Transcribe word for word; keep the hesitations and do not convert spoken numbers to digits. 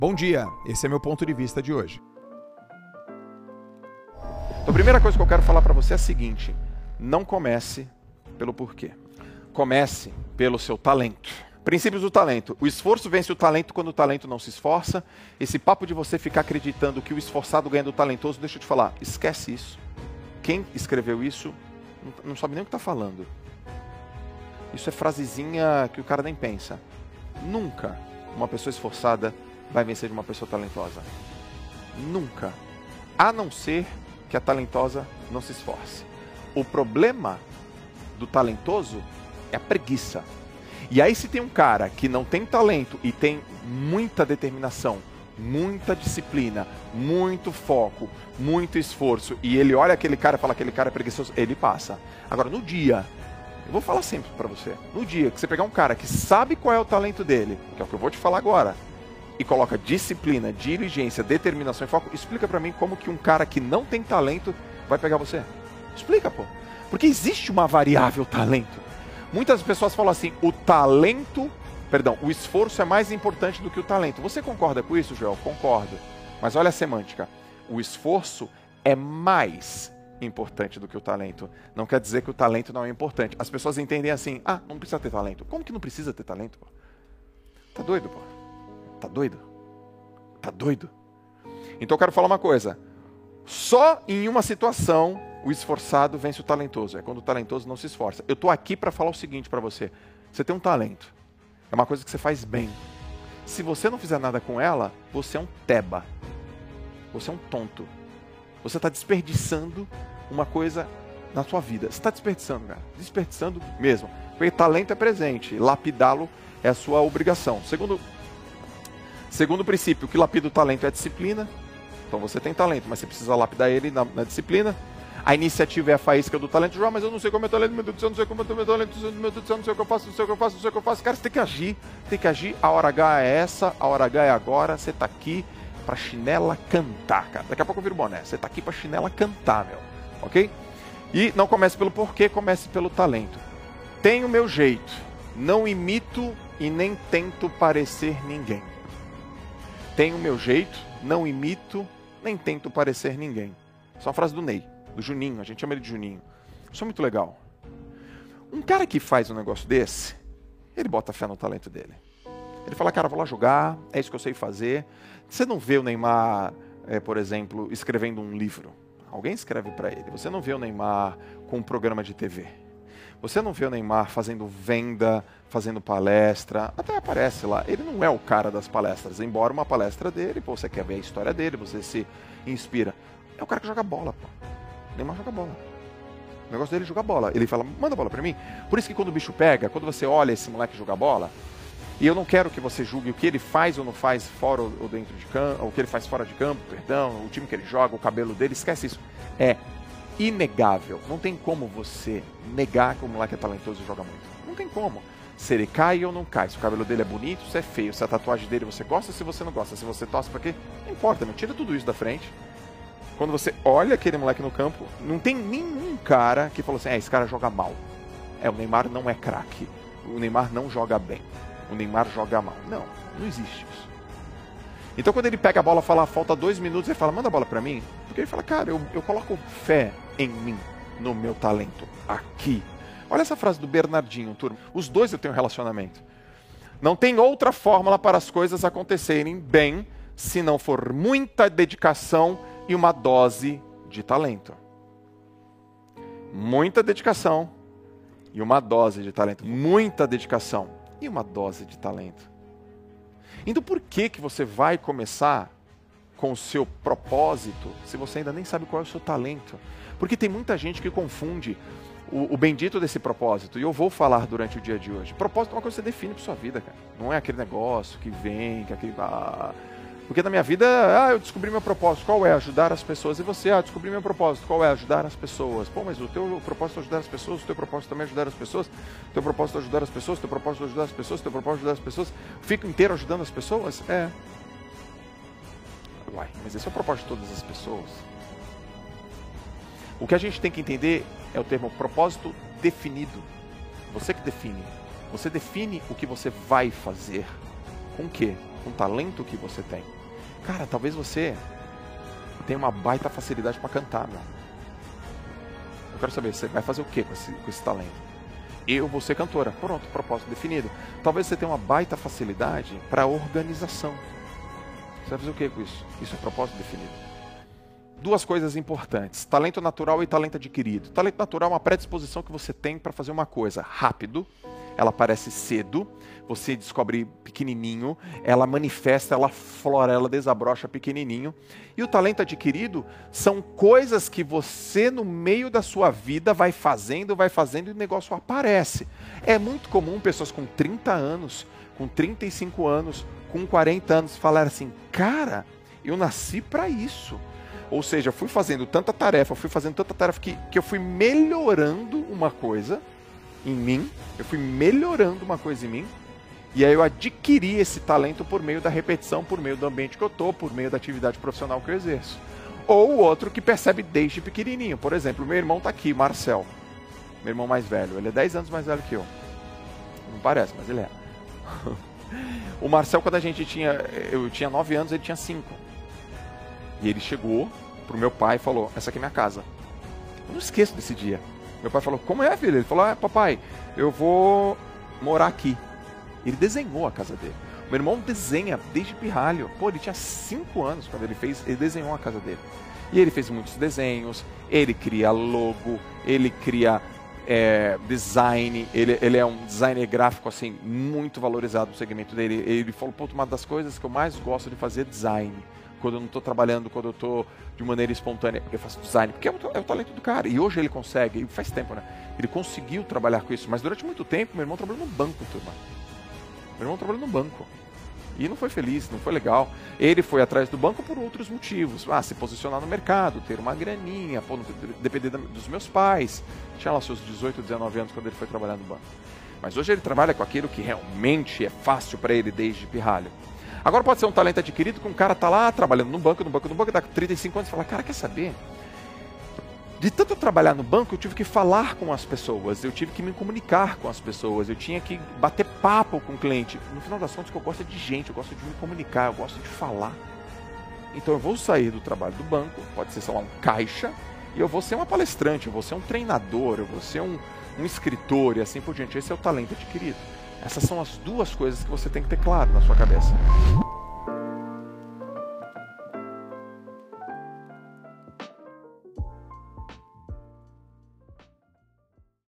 Bom dia, esse é meu ponto de vista de hoje. Então, a primeira coisa que eu quero falar para você é a seguinte: não comece pelo porquê. Comece pelo seu talento. Princípios do talento. O esforço vence o talento quando o talento não se esforça. Esse papo de você ficar acreditando que o esforçado ganha do talentoso, deixa eu te falar, esquece isso. Quem escreveu isso não, não sabe nem o que está falando. Isso é frasezinha que o cara nem pensa. Nunca uma pessoa esforçada vai vencer de uma pessoa talentosa. Nunca. A não ser que a talentosa não se esforce. O problema do talentoso é a preguiça. E aí se tem um cara que não tem talento e tem muita determinação, muita disciplina, muito foco, muito esforço, e ele olha aquele cara e fala que aquele cara é preguiçoso, ele passa. Agora, no dia, eu vou falar sempre pra você, no dia que você pegar um cara que sabe qual é o talento dele, que é o que eu vou te falar agora, e coloca disciplina, diligência, determinação e foco, explica pra mim como que um cara que não tem talento vai pegar você. Explica, pô. Porque existe uma variável talento. Muitas pessoas falam assim, o talento, perdão, o esforço é mais importante do que o talento. Você concorda com isso, Joel? Concordo. Mas olha a semântica. O esforço é mais importante do que o talento. Não quer dizer que o talento não é importante. As pessoas entendem assim, ah, não precisa ter talento. Como que não precisa ter talento, pô? Tá doido, pô? Tá doido? Tá doido? Então eu quero falar uma coisa. Só em uma situação o esforçado vence o talentoso. É quando o talentoso não se esforça. Eu estou aqui para falar o seguinte para você. Você tem um talento. É uma coisa que você faz bem. Se você não fizer nada com ela, você é um teba. Você é um tonto. Você está desperdiçando uma coisa na sua vida. Você está desperdiçando, cara. Desperdiçando mesmo. Porque talento é presente. Lapidá-lo é a sua obrigação. Segundo, segundo princípio, o que lapida o talento é a disciplina. Então você tem talento, mas você precisa lapidar ele na, na disciplina. A iniciativa é a faísca do talento. João, mas eu não sei como é o talento, meu Deus do céu, não sei como é o meu talento, meu Deus do céu, não sei o que eu faço, não sei o que eu faço, não sei o que eu faço. Cara, você tem que agir, tem que agir. A hora H é essa, a hora H é agora. Você tá aqui pra chinela cantar, cara. Daqui a pouco eu viro boné. Você tá aqui pra chinela cantar, meu. Ok? E não comece pelo porquê, comece pelo talento. Tenho o meu jeito. Não imito e nem tento parecer ninguém. Tenho o meu jeito, não imito, nem tento parecer ninguém. Isso é uma frase do Ney. Do Juninho, a gente chama ele de Juninho. Isso é muito legal. Um cara que faz um negócio desse, ele bota fé no talento dele. Ele fala, cara, vou lá jogar, é isso que eu sei fazer. Você não vê o Neymar, é, por exemplo, escrevendo um livro. Alguém escreve para ele. Você não vê o Neymar com um programa de T V. Você não vê o Neymar fazendo venda, fazendo palestra. Até aparece lá. Ele não é o cara das palestras. Embora uma palestra dele, pô, você quer ver a história dele, você se inspira. É o cara que joga bola, pô. O Neymar joga bola. O negócio dele é jogar bola. Ele fala, manda bola pra mim. Por isso que quando o bicho pega, quando você olha esse moleque jogar bola, e eu não quero que você julgue o que ele faz ou não faz fora ou dentro de campo, ou o que ele faz fora de campo, perdão, o time que ele joga, o cabelo dele, esquece isso. É inegável. Não tem como você negar que o moleque é talentoso e joga muito. Não tem como. Se ele cai ou não cai, se o cabelo dele é bonito, se é feio, se a tatuagem dele você gosta, se você não gosta, se você torce pra quê, não importa, não tira tudo isso da frente. Quando você olha aquele moleque no campo, não tem nenhum cara que falou assim, é, esse cara joga mal. É, o Neymar não é craque. O Neymar não joga bem. O Neymar joga mal. Não, não existe isso. Então quando ele pega a bola e fala, falta dois minutos, ele fala, manda a bola pra mim. Porque ele fala, cara, eu, eu coloco fé em mim, no meu talento, aqui. Olha essa frase do Bernardinho, turma. Os dois eu tenho relacionamento. Não tem outra fórmula para as coisas acontecerem bem, se não for muita dedicação e uma dose de talento. Muita dedicação e uma dose de talento. Muita dedicação e uma dose de talento. Então por que que você vai começar com o seu propósito se você ainda nem sabe qual é o seu talento? Porque tem muita gente que confunde o, o bendito desse propósito. E eu vou falar durante o dia de hoje. Propósito é uma coisa que você define para sua vida, cara. Não é aquele negócio que vem, que aquele... Ah, porque na minha vida, ah, eu descobri meu propósito, qual é? Ajudar as pessoas. E você, ah, descobri meu propósito, qual é? Ajudar as pessoas. Pô, mas o teu propósito é ajudar as pessoas, o teu propósito também é ajudar as pessoas, o teu propósito é ajudar as pessoas, o teu propósito é ajudar as pessoas, o teu propósito é ajudar as pessoas. Fico inteiro ajudando as pessoas? É. Uai, mas esse é o propósito de todas as pessoas. O que a gente tem que entender é o termo propósito definido. Você que define. Você define o que você vai fazer. Com o quê? com o talento que você tem. Cara, talvez você tenha uma baita facilidade para cantar, meu. Eu quero saber, você vai fazer o que com esse, com esse talento? Eu vou ser cantora. Pronto, propósito definido. Talvez você tenha uma baita facilidade para organização. Você vai fazer o que com isso? Isso é propósito definido. Duas coisas importantes, talento natural e talento adquirido. Talento natural é uma predisposição que você tem para fazer uma coisa rápido, ela aparece cedo, você descobre pequenininho, ela manifesta, ela flora, ela desabrocha pequenininho. E o talento adquirido são coisas que você no meio da sua vida vai fazendo, vai fazendo e o negócio aparece. É muito comum pessoas com trinta anos, com trinta e cinco anos, com quarenta anos falar assim, cara, eu nasci para isso. Ou seja, eu fui fazendo tanta tarefa, eu fui fazendo tanta tarefa que, que eu fui melhorando uma coisa em mim, eu fui melhorando uma coisa em mim, e aí eu adquiri esse talento por meio da repetição, por meio do ambiente que eu estou, por meio da atividade profissional que eu exerço. Ou o outro que percebe desde pequenininho. Por exemplo, meu irmão está aqui, Marcel, meu irmão mais velho, ele é dez anos mais velho que eu. Não parece, mas ele é. O Marcel, quando a gente tinha, eu tinha nove anos, ele tinha cinco. E ele chegou pro meu pai e falou, essa aqui é minha casa. Eu não esqueço desse dia. Meu pai falou, como é, filho? Ele falou, ah, papai, eu vou morar aqui. Ele desenhou a casa dele. Meu irmão desenha desde pirralho. Pô, ele tinha cinco anos quando ele fez, ele desenhou a casa dele. E ele fez muitos desenhos, ele cria logo, ele cria é, design, ele, ele é um designer gráfico assim, muito valorizado no segmento dele. Ele falou, pô, uma das coisas que eu mais gosto de fazer é design. Quando eu não estou trabalhando, quando eu estou de maneira espontânea, eu faço design, porque é o, é o talento do cara. E hoje ele consegue, e faz tempo, né? Ele conseguiu trabalhar com isso, mas durante muito tempo, meu irmão trabalhou no banco, turma. Meu irmão trabalhou no banco. E não foi feliz, não foi legal. Ele foi atrás do banco por outros motivos. Ah, se posicionar no mercado, ter uma graninha, pô, depender dos meus pais. Tinha lá seus dezoito, dezenove anos quando ele foi trabalhar no banco. Mas hoje ele trabalha com aquilo que realmente é fácil para ele desde pirralho. Agora pode ser um talento adquirido que um cara tá lá trabalhando no banco, no banco, no banco, dá trinta e cinco anos e fala, cara, quer saber? De tanto eu trabalhar no banco, eu tive que falar com as pessoas, eu tive que me comunicar com as pessoas, eu tinha que bater papo com o cliente. No final das contas, o que eu gosto é de gente, eu gosto de me comunicar, eu gosto de falar. Então eu vou sair do trabalho do banco, pode ser, sei lá, um caixa, e eu vou ser uma palestrante, eu vou ser um treinador, eu vou ser um, um escritor e assim por diante. Esse é o talento adquirido. Essas são as duas coisas que você tem que ter claro na sua cabeça.